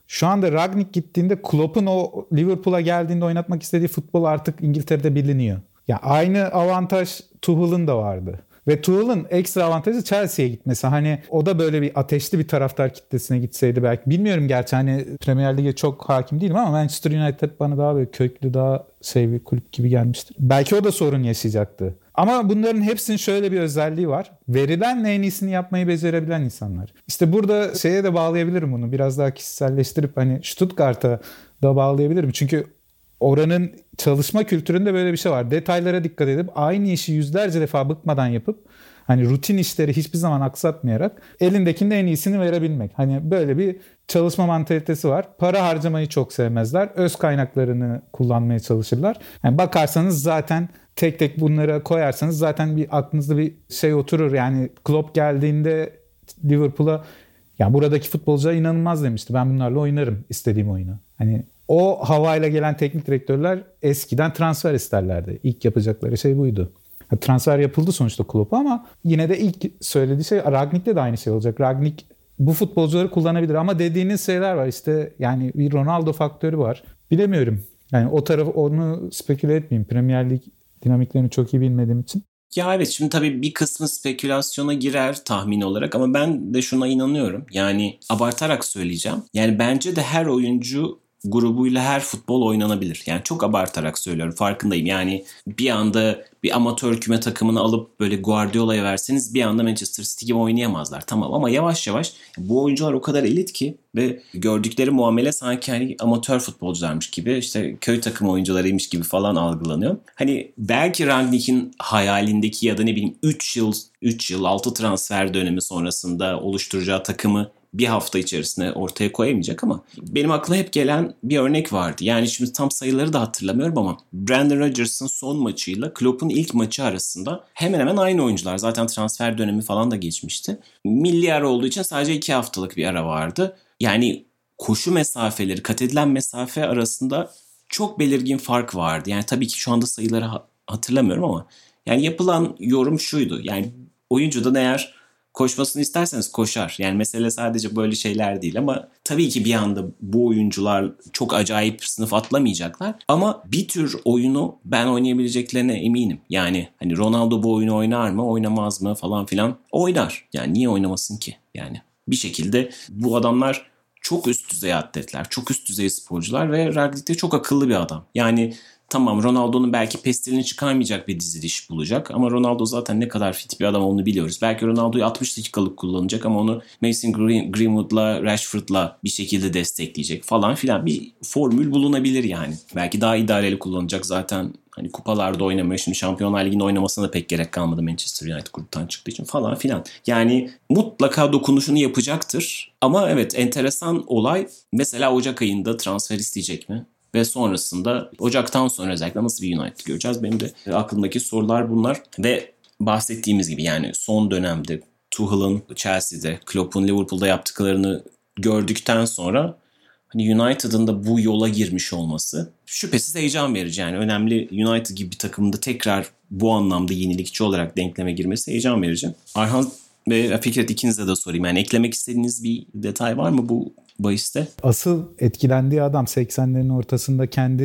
Şu anda Rangnick gittiğinde Klopp'un o Liverpool'a geldiğinde oynatmak istediği futbol artık İngiltere'de biliniyor. Ya aynı avantaj Tuchel'ın da vardı. Ve Tuchel'ın ekstra avantajı Chelsea'ye gitmesi. Hani o da böyle bir ateşli bir taraftar kitlesine gitseydi belki. Bilmiyorum gerçi hani Premier Lig'e çok hakim değilim ama Manchester United bana daha böyle köklü, daha bir kulüp gibi gelmiştir. Belki o da sorun yaşayacaktı. Ama bunların hepsinin şöyle bir özelliği var. Verilenle en iyisini yapmayı becerebilen insanlar. İşte burada şeye de bağlayabilirim bunu. Biraz daha kişiselleştirip hani Stuttgart'a da bağlayabilirim. Çünkü oranın çalışma kültüründe böyle bir şey var. Detaylara dikkat edip aynı işi yüzlerce defa bıkmadan yapıp hani rutin işleri hiçbir zaman aksatmayarak elindekinin en iyisini verebilmek. Hani böyle bir çalışma mantalitesi var. Para harcamayı çok sevmezler. Öz kaynaklarını kullanmaya çalışırlar. Yani bakarsanız zaten tek tek bunlara koyarsanız zaten bir aklınızda bir şey oturur. Yani Klopp geldiğinde Liverpool'a ya buradaki futbolcular inanılmaz demişti. Ben bunlarla oynarım istediğim oyunu. Hani o havayla gelen teknik direktörler eskiden transfer isterlerdi. İlk yapacakları şey buydu. Transfer yapıldı sonuçta Klopp'a ama yine de ilk söylediği şey Rangnick'te de aynı şey olacak. Rangnick bu futbolcuları kullanabilir ama dediğiniz şeyler var. İşte yani bir Ronaldo faktörü var. Bilemiyorum. Yani o tarafı onu speküle etmeyeyim. Premier Lig dinamiklerini çok iyi bilmediğim için. Ya evet, şimdi tabii bir kısmı spekülasyona girer tahmin olarak ama ben de şuna inanıyorum. Yani abartarak söyleyeceğim. Yani bence de her oyuncu grubuyla her futbol oynanabilir. Yani çok abartarak söylüyorum, farkındayım. Yani bir anda bir amatör küme takımını alıp böyle Guardiola'ya verseniz bir anda Manchester City gibi oynayamazlar. Tamam ama yavaş yavaş bu oyuncular o kadar elit ki ve gördükleri muamele sanki hani amatör futbolcularmış gibi, işte köy takımı oyuncularıymış gibi falan algılanıyor. Hani belki Rangnick'in hayalindeki ya da ne bileyim 3 yıl 6 transfer dönemi sonrasında oluşturacağı takımı bir hafta içerisinde ortaya koyamayacak ama benim aklıma hep gelen bir örnek vardı. Yani şimdi tam sayıları da hatırlamıyorum ama Brendan Rodgers'ın son maçıyla Klopp'un ilk maçı arasında hemen hemen aynı oyuncular. Zaten transfer dönemi falan da geçmişti. Milli ara olduğu için sadece 2 haftalık bir ara vardı. Yani koşu mesafeleri, kat edilen mesafe arasında çok belirgin fark vardı. Yani tabii ki şu anda sayıları hatırlamıyorum ama yani yapılan yorum şuydu. Yani oyuncudan eğer koşmasını isterseniz koşar. Yani mesele sadece böyle şeyler değil ama tabii ki bir anda bu oyuncular çok acayip sınıf atlamayacaklar. Ama bir tür oyunu ben oynayabileceklerine eminim. Yani hani Ronaldo bu oyunu oynar mı, oynamaz mı falan filan, oynar. Yani niye oynamasın ki? Yani bir şekilde bu adamlar çok üst düzey atletler, çok üst düzey sporcular ve Rangnick de çok akıllı bir adam. Yani tamam, Ronaldo'nun belki pestilini çıkarmayacak bir diziliş bulacak ama Ronaldo zaten ne kadar fit bir adam onu biliyoruz. Belki Ronaldo'yu 60 dakikalık kullanacak ama onu Mason Greenwood'la, Rashford'la bir şekilde destekleyecek falan filan bir formül bulunabilir yani. Belki daha idareli kullanacak, zaten hani kupalarda oynamıyor. Şimdi Şampiyonlar Ligi'nde oynamasına da pek gerek kalmadı Manchester United gruptan çıktığı için falan filan. Yani mutlaka dokunuşunu yapacaktır. Ama evet, enteresan olay mesela Ocak ayında transfer isteyecek mi? Ve sonrasında Ocak'tan sonra özellikle nasıl bir United göreceğiz? Benim de aklımdaki sorular bunlar. Ve bahsettiğimiz gibi yani son dönemde Tuchel'ın Chelsea'de, Klopp'un Liverpool'da yaptıklarını gördükten sonra hani United'ın da bu yola girmiş olması şüphesiz heyecan verici. Yani önemli United gibi bir takımda tekrar bu anlamda yenilikçi olarak denkleme girmesi heyecan verici. Arhan ve Fikret, ikinize de sorayım. Yani eklemek istediğiniz bir detay var mı bu bahiste? Asıl etkilendiği adam 80'lerin ortasında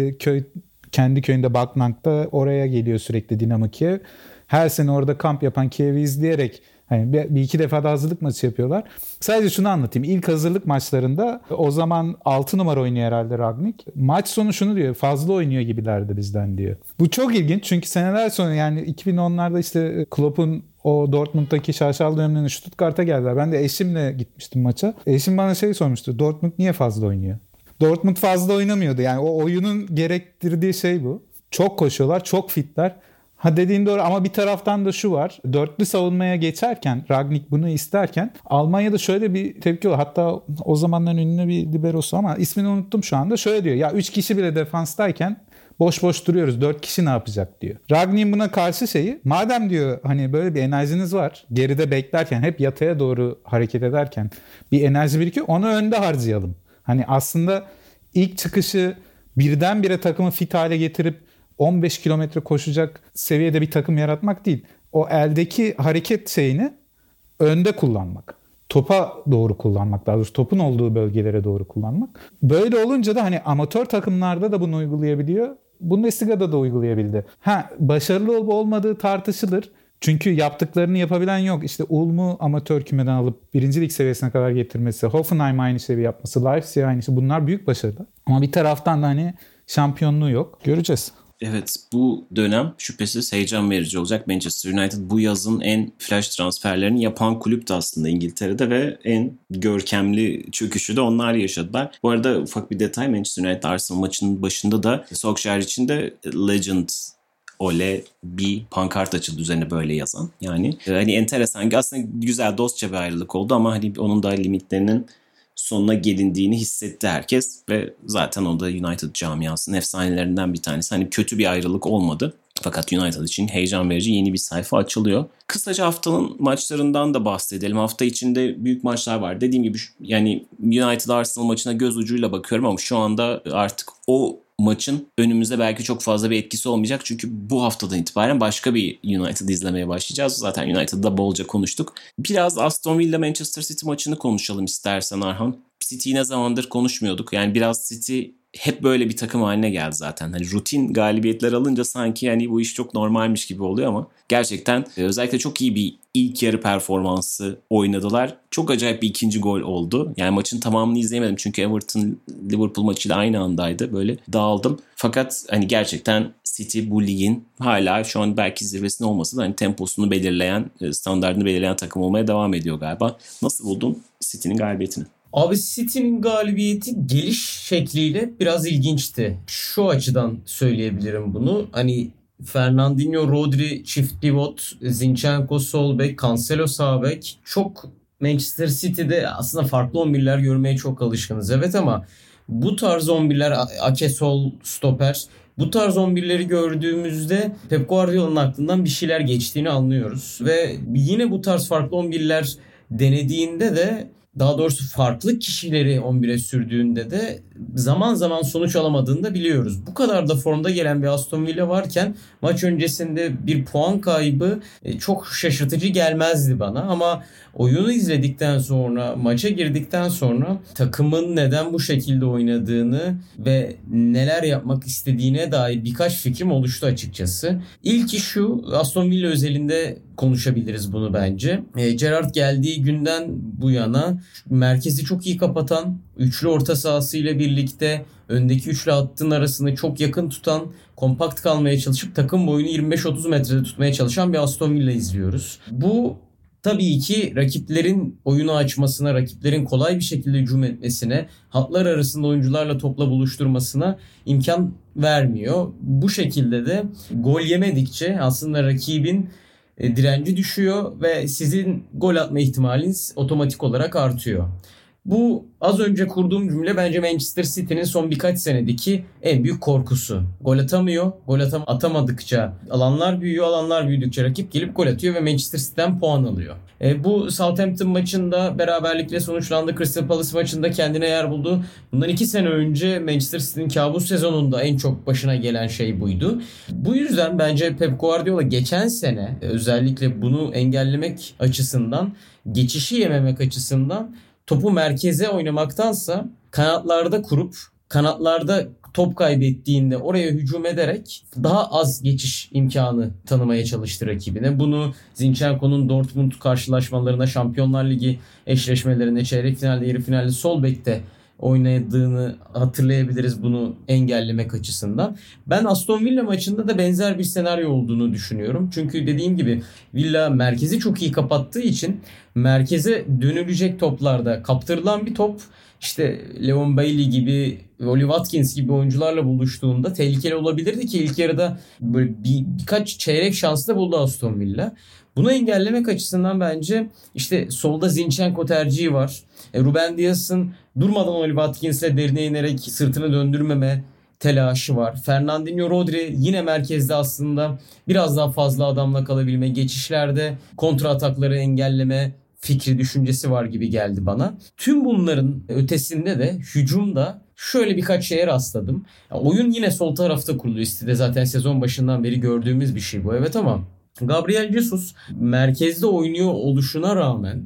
kendi köyünde Baknank'ta oraya geliyor sürekli Dinamo Kiev. Her sene orada kamp yapan Kiev'i izleyerek hani bir iki defa da hazırlık maçı yapıyorlar. Sadece şunu anlatayım. İlk hazırlık maçlarında o zaman 6 numara oynuyor herhalde Rangnick. Maç sonu şunu diyor. Fazla oynuyor gibilerdi bizden diyor. Bu çok ilginç çünkü seneler sonra yani 2010'larda işte Klopp'un o Dortmund'daki şaşalı dönemlerinde Stuttgart'a geldiler. Ben de eşimle gitmiştim maça. Eşim bana şey sormuştu. Dortmund niye fazla oynuyor? Dortmund fazla oynamıyordu. Yani o oyunun gerektirdiği şey bu. Çok koşuyorlar, çok fitler. Ha, dediğin doğru ama bir taraftan da şu var. Dörtlü savunmaya geçerken, Rangnick bunu isterken Almanya'da şöyle bir tepki var. Hatta o zamanların ünlü bir liberosu ama ismini unuttum şu anda. Şöyle diyor. Ya 3 kişi bile defanstayken boş boş duruyoruz. 4 kişi ne yapacak diyor. Rangnick'in buna karşı şeyi, madem diyor hani böyle bir enerjiniz var. Geride beklerken, hep yataya doğru hareket ederken bir enerji birikiyor. Onu önde harcayalım. Hani aslında ilk çıkışı birdenbire takımı fit hale getirip 15 kilometre koşacak seviyede bir takım yaratmak değil. O eldeki hareket şeyini önde kullanmak. topa doğru kullanmak, daha doğrusu topun olduğu bölgelere doğru kullanmak. Böyle olunca da hani amatör takımlarda da bunu uygulayabiliyor. Bundesliga'da da uygulayabildi. Başarılı olup olmadığı tartışılır. Çünkü yaptıklarını yapabilen yok. İşte Ulm'u amatör kümeden alıp 1. lig seviyesine kadar getirmesi, Hoffenheim aynı şeyi yapması, Leipzig aynı şey. Bunlar büyük başarılar. Ama bir taraftan da hani şampiyonluğu yok. Göreceğiz. Evet, bu dönem şüphesiz heyecan verici olacak. Manchester United bu yazın en flash transferlerini yapan kulüptü aslında İngiltere'de ve en görkemli çöküşü de onlar yaşadılar. Bu arada ufak bir detay, Manchester United Arsenal maçının başında da Solskjaer için de Legend Ole bir pankart açıldı üzerine böyle yazan. Yani hani enteresan, aslında güzel dostça bir ayrılık oldu ama hani onun da limitlerinin sonuna gelindiğini hissetti herkes ve zaten o da United camiasının efsanelerinden bir tanesi. Hani kötü bir ayrılık olmadı. Fakat United için heyecan verici yeni bir sayfa açılıyor. Kısaca haftanın maçlarından da bahsedelim. Hafta içinde büyük maçlar var. Dediğim gibi yani United Arsenal maçına göz ucuyla bakıyorum ama şu anda artık o maçın önümüzde belki çok fazla bir etkisi olmayacak. Çünkü bu haftadan itibaren başka bir United izlemeye başlayacağız. Zaten United'da bolca konuştuk. Biraz Aston Villa Manchester City maçını konuşalım istersen Arhan. City'yi ne zamandır konuşmuyorduk. Yani biraz City hep böyle bir takım haline geldi zaten. Hani rutin galibiyetler alınca sanki yani bu iş çok normalmiş gibi oluyor ama gerçekten özellikle çok iyi bir ilk yarı performansı oynadılar. Çok acayip bir ikinci gol oldu. Yani maçın tamamını izleyemedim çünkü Everton Liverpool maçıyla aynı andaydı. Böyle dağıldım. Fakat hani gerçekten City bu ligin hala şu an belki zirvesinde olmasa da hani temposunu belirleyen, standartını belirleyen takım olmaya devam ediyor galiba. Nasıl buldun City'nin galibiyetini? Abi City'nin galibiyeti geliş şekliyle biraz ilginçti. Şu açıdan söyleyebilirim bunu. Hani Fernandinho, Rodri çift pivot, Zinchenko sol bek, Cancelo sağ bek. Çok Manchester City'de aslında farklı 11'ler görmeye çok alışkınız. Evet ama bu tarz 11'ler, Ake sol stoper, bu tarz 11'leri gördüğümüzde Pep Guardiola'nın aklından bir şeyler geçtiğini anlıyoruz. Ve yine bu tarz farklı 11'ler denediğinde de, daha doğrusu farklı kişileri 11'e sürdüğünde de zaman zaman sonuç alamadığını da biliyoruz. Bu kadar da formda gelen bir Aston Villa varken maç öncesinde bir puan kaybı çok şaşırtıcı gelmezdi bana. Ama oyunu izledikten sonra, maça girdikten sonra takımın neden bu şekilde oynadığını ve neler yapmak istediğine dair birkaç fikrim oluştu açıkçası. İlki şu, Aston Villa özelinde konuşabiliriz bunu bence. Gerrard geldiği günden bu yana merkezi çok iyi kapatan, üçlü orta sahasıyla birlikte öndeki üçlü hattın arasını çok yakın tutan, kompakt kalmaya çalışıp takım boyunu 25-30 metrede tutmaya çalışan bir Aston Villa izliyoruz. Bu tabii ki rakiplerin oyunu açmasına, rakiplerin kolay bir şekilde hücum etmesine, hatlar arasında oyuncularla topla buluşturmasına imkan vermiyor. Bu şekilde de gol yemedikçe aslında rakibin direnci düşüyor ve sizin gol atma ihtimaliniz otomatik olarak artıyor. Bu az önce kurduğum cümle bence Manchester City'nin son birkaç senedeki en büyük korkusu. Gol atamıyor. Atamadıkça alanlar büyüyor. Alanlar büyüdükçe rakip gelip gol atıyor ve Manchester City'den puan alıyor. Bu Southampton maçında beraberlikle sonuçlandı. Crystal Palace maçında kendine yer buldu. Bundan 2 sene önce Manchester City'nin kabus sezonunda en çok başına gelen şey buydu. Bu yüzden bence Pep Guardiola geçen sene özellikle bunu engellemek açısından, geçişi yememek açısından topu merkeze oynamaktansa kanatlarda kurup kanatlarda top kaybettiğinde oraya hücum ederek daha az geçiş imkanı tanımaya çalıştı rakibine. Bunu Zinchenko'nun Dortmund karşılaşmalarında, Şampiyonlar Ligi eşleşmelerinde, çeyrek finalde, yarı finalde sol bekte oynadığını hatırlayabiliriz bunu engellemek açısından. Ben Aston Villa maçında da benzer bir senaryo olduğunu düşünüyorum. Çünkü dediğim gibi Villa merkezi çok iyi kapattığı için merkeze dönülecek toplarda kaptırılan bir top işte Leon Bailey gibi, Oli Watkins gibi oyuncularla buluştuğunda tehlikeli olabilirdi ki ilk yarıda böyle birkaç çeyrek şansı da buldu Aston Villa. Bunu engellemek açısından bence işte solda Zinchenko tercihi var. Ruben Dias'ın durmadan Oli Watkins'le derine inerek sırtını döndürmeme telaşı var. Fernandinho, Rodri yine merkezde aslında biraz daha fazla adamla kalabilme, geçişlerde kontra atakları engelleme fikri, düşüncesi var gibi geldi bana. Tüm bunların ötesinde de hücumda şöyle birkaç şeye rastladım. Oyun yine sol tarafta kurulu. İşte zaten sezon başından beri gördüğümüz bir şey bu. Evet ama Gabriel Jesus merkezde oynuyor oluşuna rağmen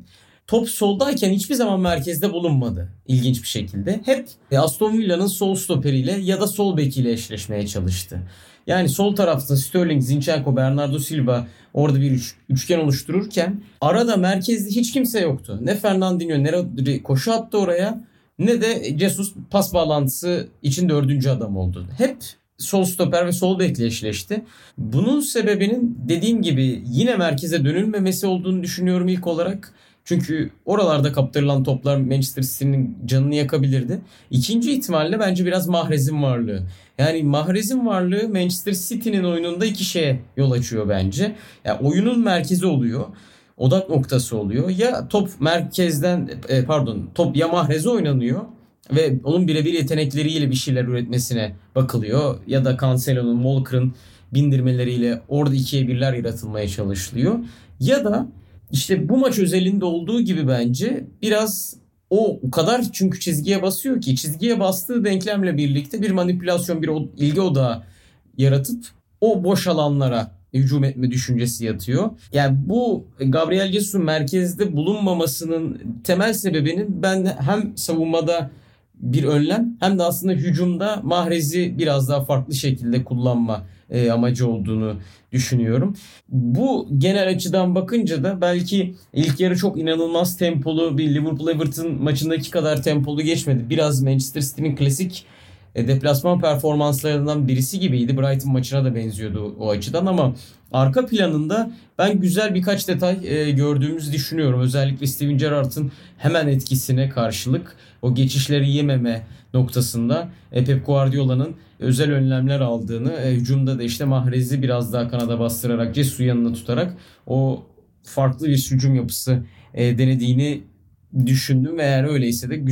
top soldayken hiçbir zaman merkezde bulunmadı. İlginç bir şekilde. Hep Aston Villa'nın sol stoperiyle ya da sol bekiyle eşleşmeye çalıştı. Yani sol tarafta Sterling, Zinchenko, Bernardo Silva orada bir üçgen oluştururken arada merkezde hiç kimse yoktu. Ne Fernandinho ne Rodri koşu attı oraya, ne de Jesus pas bağlantısı için 4. adam oldu. Hep sol stoper ve sol bekle eşleşti. Bunun sebebinin dediğim gibi yine merkeze dönülmemesi olduğunu düşünüyorum ilk olarak. Çünkü oralarda kaptırılan toplar Manchester City'nin canını yakabilirdi. İkinci ihtimalle bence biraz Mahrez'in varlığı. Yani Mahrez'in varlığı Manchester City'nin oyununda iki şeye yol açıyor bence. Yani oyunun merkezi oluyor. Odak noktası oluyor. Ya top merkezden top ya Mahrez'e oynanıyor ve onun birebir yetenekleriyle bir şeyler üretmesine bakılıyor. Ya da Cancelo'nun, Walker'ın bindirmeleriyle orada 2'ye 1'ler yaratılmaya çalışılıyor. Ya da işte bu maç özelinde olduğu gibi bence biraz o kadar çünkü çizgiye basıyor ki çizgiye bastığı denklemle birlikte bir manipülasyon, bir ilgi odağı yaratıp o boş alanlara hücum etme düşüncesi yatıyor. Yani bu Gabriel Jesus'un merkezde bulunmamasının temel sebebinin ben hem savunmada bir önlem hem de aslında hücumda Mahrez'i biraz daha farklı şekilde kullanma amacı olduğunu düşünüyorum. Bu genel açıdan bakınca da belki ilk yarı çok inanılmaz tempolu bir Liverpool-Everton maçındaki kadar tempolu geçmedi. Biraz Manchester City'nin klasik deplasman performanslarından birisi gibiydi. Brighton maçına da benziyordu o açıdan ama arka planında ben güzel birkaç detay gördüğümüzü düşünüyorum. Özellikle Steven Gerrard'ın hemen etkisine karşılık o geçişleri yememe noktasında Pep Guardiola'nın özel önlemler aldığını, hücumda da işte Mahrez'i biraz daha kanada bastırarak, Jesus'u yanına tutarak o farklı bir hücum yapısı denediğini düşündüm ve eğer öyleyse de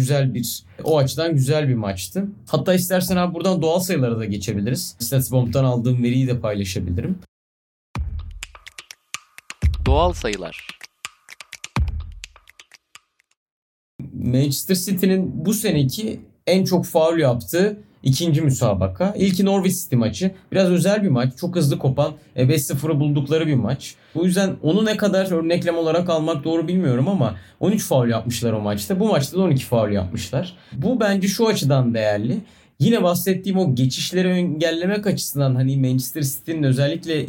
o açıdan güzel bir maçtı. Hatta istersen abi buradan doğal sayılara da geçebiliriz. Statsbomb'dan aldığım veriyi de paylaşabilirim. Doğal sayılar. Manchester City'nin bu seneki en çok faul yaptığı ikinci müsabaka. İlki Norwich City maçı. Biraz özel bir maç. Çok hızlı kopan 5-0'ı buldukları bir maç. Bu yüzden onu ne kadar örneklem olarak almak doğru bilmiyorum ama 13 faul yapmışlar o maçta. Bu maçta da 12 faul yapmışlar. Bu bence şu açıdan değerli. Yine bahsettiğim o geçişleri engellemek açısından hani Manchester City'nin özellikle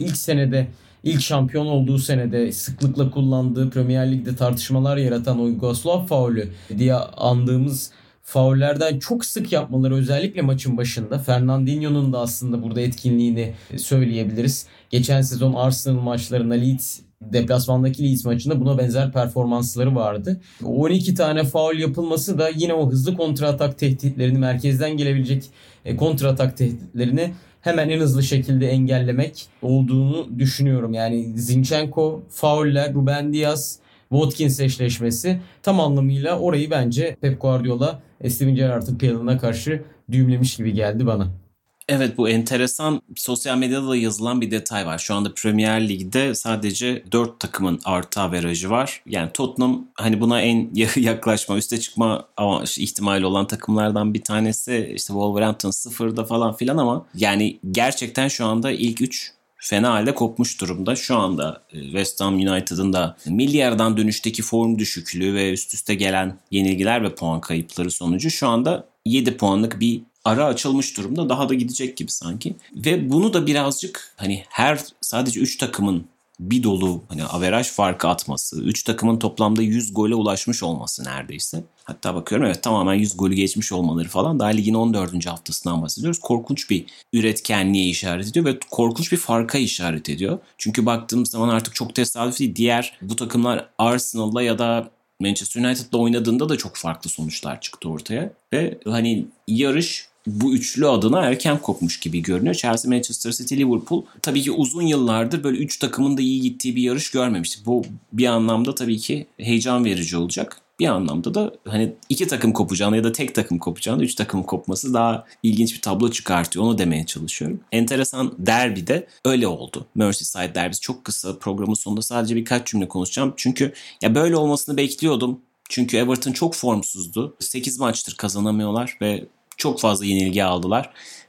ilk şampiyon olduğu senede sıklıkla kullandığı Premier Lig'de tartışmalar yaratan o Yugoslav faulü diye andığımız faullerden çok sık yapmaları özellikle maçın başında. Fernandinho'nun da aslında burada etkinliğini söyleyebiliriz. Geçen sezon Arsenal maçlarında deplasmandaki Leeds maçında buna benzer performansları vardı. 12 tane faul yapılması da yine o hızlı kontratak tehditlerini, merkezden gelebilecek kontratak tehditlerini hemen en hızlı şekilde engellemek olduğunu düşünüyorum. Yani Zinchenko, fauller, Ruben Dias, Watkins eşleşmesi tam anlamıyla orayı bence Pep Guardiola Steven Gerrard'ın planına karşı düğümlemiş gibi geldi bana. Evet, bu enteresan, sosyal medyada da yazılan bir detay var. Şu anda Premier Lig'de sadece 4 takımın artı averajı var. Yani Tottenham hani buna en yaklaşma, üste çıkma ihtimali olan takımlardan bir tanesi. İşte Wolverhampton 0'da falan filan ama yani gerçekten şu anda ilk 3 fena halde kopmuş durumda. Şu anda West Ham United'ın da milli yerden dönüşteki form düşüklüğü ve üst üste gelen yenilgiler ve puan kayıpları sonucu şu anda 7 puanlık bir ara açılmış durumda. Daha da gidecek gibi sanki. Ve bunu da birazcık hani sadece 3 takımın bir dolu hani averaj farkı atması, 3 takımın toplamda 100 gole ulaşmış olması neredeyse. Hatta bakıyorum evet tamamen 100 golü geçmiş olmaları falan. Daha ligin 14. haftasından bahsediyoruz. Korkunç bir üretkenliğe işaret ediyor ve korkunç bir farka işaret ediyor. Çünkü baktığımız zaman artık çok tesadüf değil. Diğer bu takımlar Arsenal'la ya da Manchester United'la oynadığında da çok farklı sonuçlar çıktı ortaya. Ve hani yarış bu üçlü adına erken kopmuş gibi görünüyor. Chelsea, Manchester City, Liverpool tabii ki uzun yıllardır böyle 3 takımın da iyi gittiği bir yarış görmemiştik. Bu bir anlamda tabii ki heyecan verici olacak. Bir anlamda da hani 2 takım kopacağını ya da tek takım kopacağını 3 takım kopması daha ilginç bir tablo çıkartıyor. Onu demeye çalışıyorum. Enteresan derbi de öyle oldu. Merseyside derbisi çok kısa, programın sonunda sadece birkaç cümle konuşacağım. Çünkü ya böyle olmasını bekliyordum. Çünkü Everton çok formsuzdu. 8 maçtır kazanamıyorlar ve çok fazla yenilgi aldılar.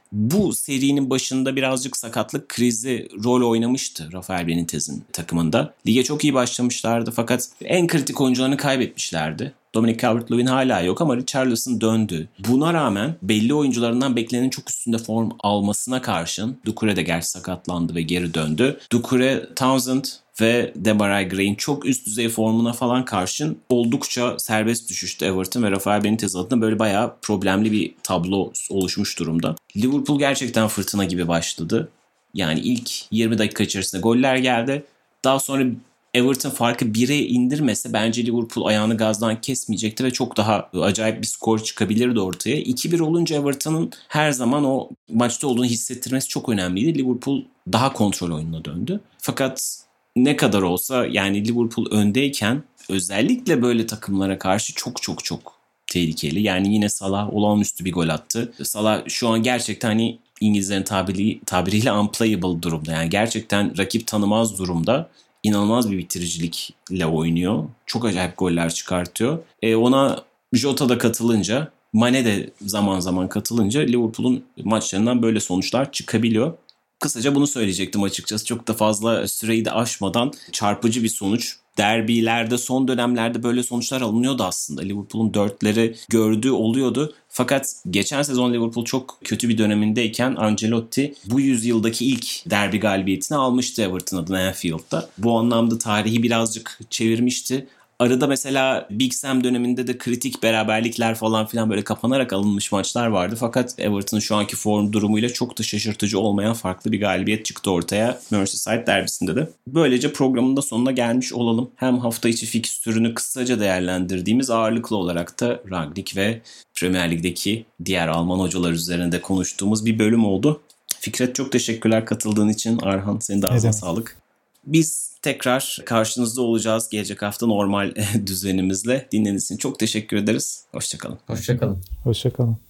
Bu serinin başında birazcık sakatlık krizi rol oynamıştı Rafael Benitez'in takımında. Lige çok iyi başlamışlardı fakat en kritik oyuncularını kaybetmişlerdi. Dominic Calvert-Lewin hala yok ama Richarlison döndü. Buna rağmen belli oyuncularından beklenenin çok üstünde form almasına karşın Doucouré de gerçi sakatlandı ve geri döndü. Doucouré, Townsend ve Demarai Gray'in çok üst düzey formuna falan karşın oldukça serbest düşüştü Everton ve Rafael Benitez adına böyle bayağı problemli bir tablo oluşmuş durumda. Liverpool gerçekten fırtına gibi başladı. Yani ilk 20 dakika içerisinde goller geldi. Daha sonra Everton farkı 1'e indirmese bence Liverpool ayağını gazdan kesmeyecekti ve çok daha acayip bir skor çıkabilirdi ortaya. 2-1 olunca Everton'ın her zaman o maçta olduğunu hissettirmesi çok önemliydi. Liverpool daha kontrol oyununa döndü. Fakat ne kadar olsa yani Liverpool öndeyken özellikle böyle takımlara karşı çok tehlikeli. Yani yine Salah olağanüstü bir gol attı. Salah şu an gerçekten hani İngilizlerin tabiriyle unplayable durumda. Yani gerçekten rakip tanımaz durumda. İnanılmaz bir bitiricilikle oynuyor. Çok acayip goller çıkartıyor. Ona Jota da katılınca, Mane de zaman zaman katılınca Liverpool'un maçlarından böyle sonuçlar çıkabiliyor. Kısaca bunu söyleyecektim açıkçası. Çok da fazla süreyi de aşmadan çarpıcı bir sonuç. Derbilerde son dönemlerde böyle sonuçlar alınıyordu aslında. Liverpool'un 4'leri gördüğü oluyordu. Fakat geçen sezon Liverpool çok kötü bir dönemindeyken Ancelotti bu yüzyıldaki ilk derbi galibiyetini almıştı Everton adına Anfield'da. Bu anlamda tarihi birazcık çevirmişti. Arada mesela Big Sam döneminde de kritik beraberlikler falan filan böyle kapanarak alınmış maçlar vardı. Fakat Everton'ın şu anki form durumuyla çok da şaşırtıcı olmayan farklı bir galibiyet çıktı ortaya Merseyside derbisinde de. Böylece programın da sonuna gelmiş olalım. Hem hafta içi fikstürünü kısaca değerlendirdiğimiz ağırlıklı olarak da Rangnick ve Premier Lig'deki diğer Alman hocalar üzerinde konuştuğumuz bir bölüm oldu. Fikret çok teşekkürler katıldığın için. Arhan senin de ağzına sağlık. Biz tekrar karşınızda olacağız gelecek hafta normal düzenimizle. Dinlediğiniz için çok teşekkür ederiz. Hoşçakalın. Hoşçakalın. Hoşçakalın.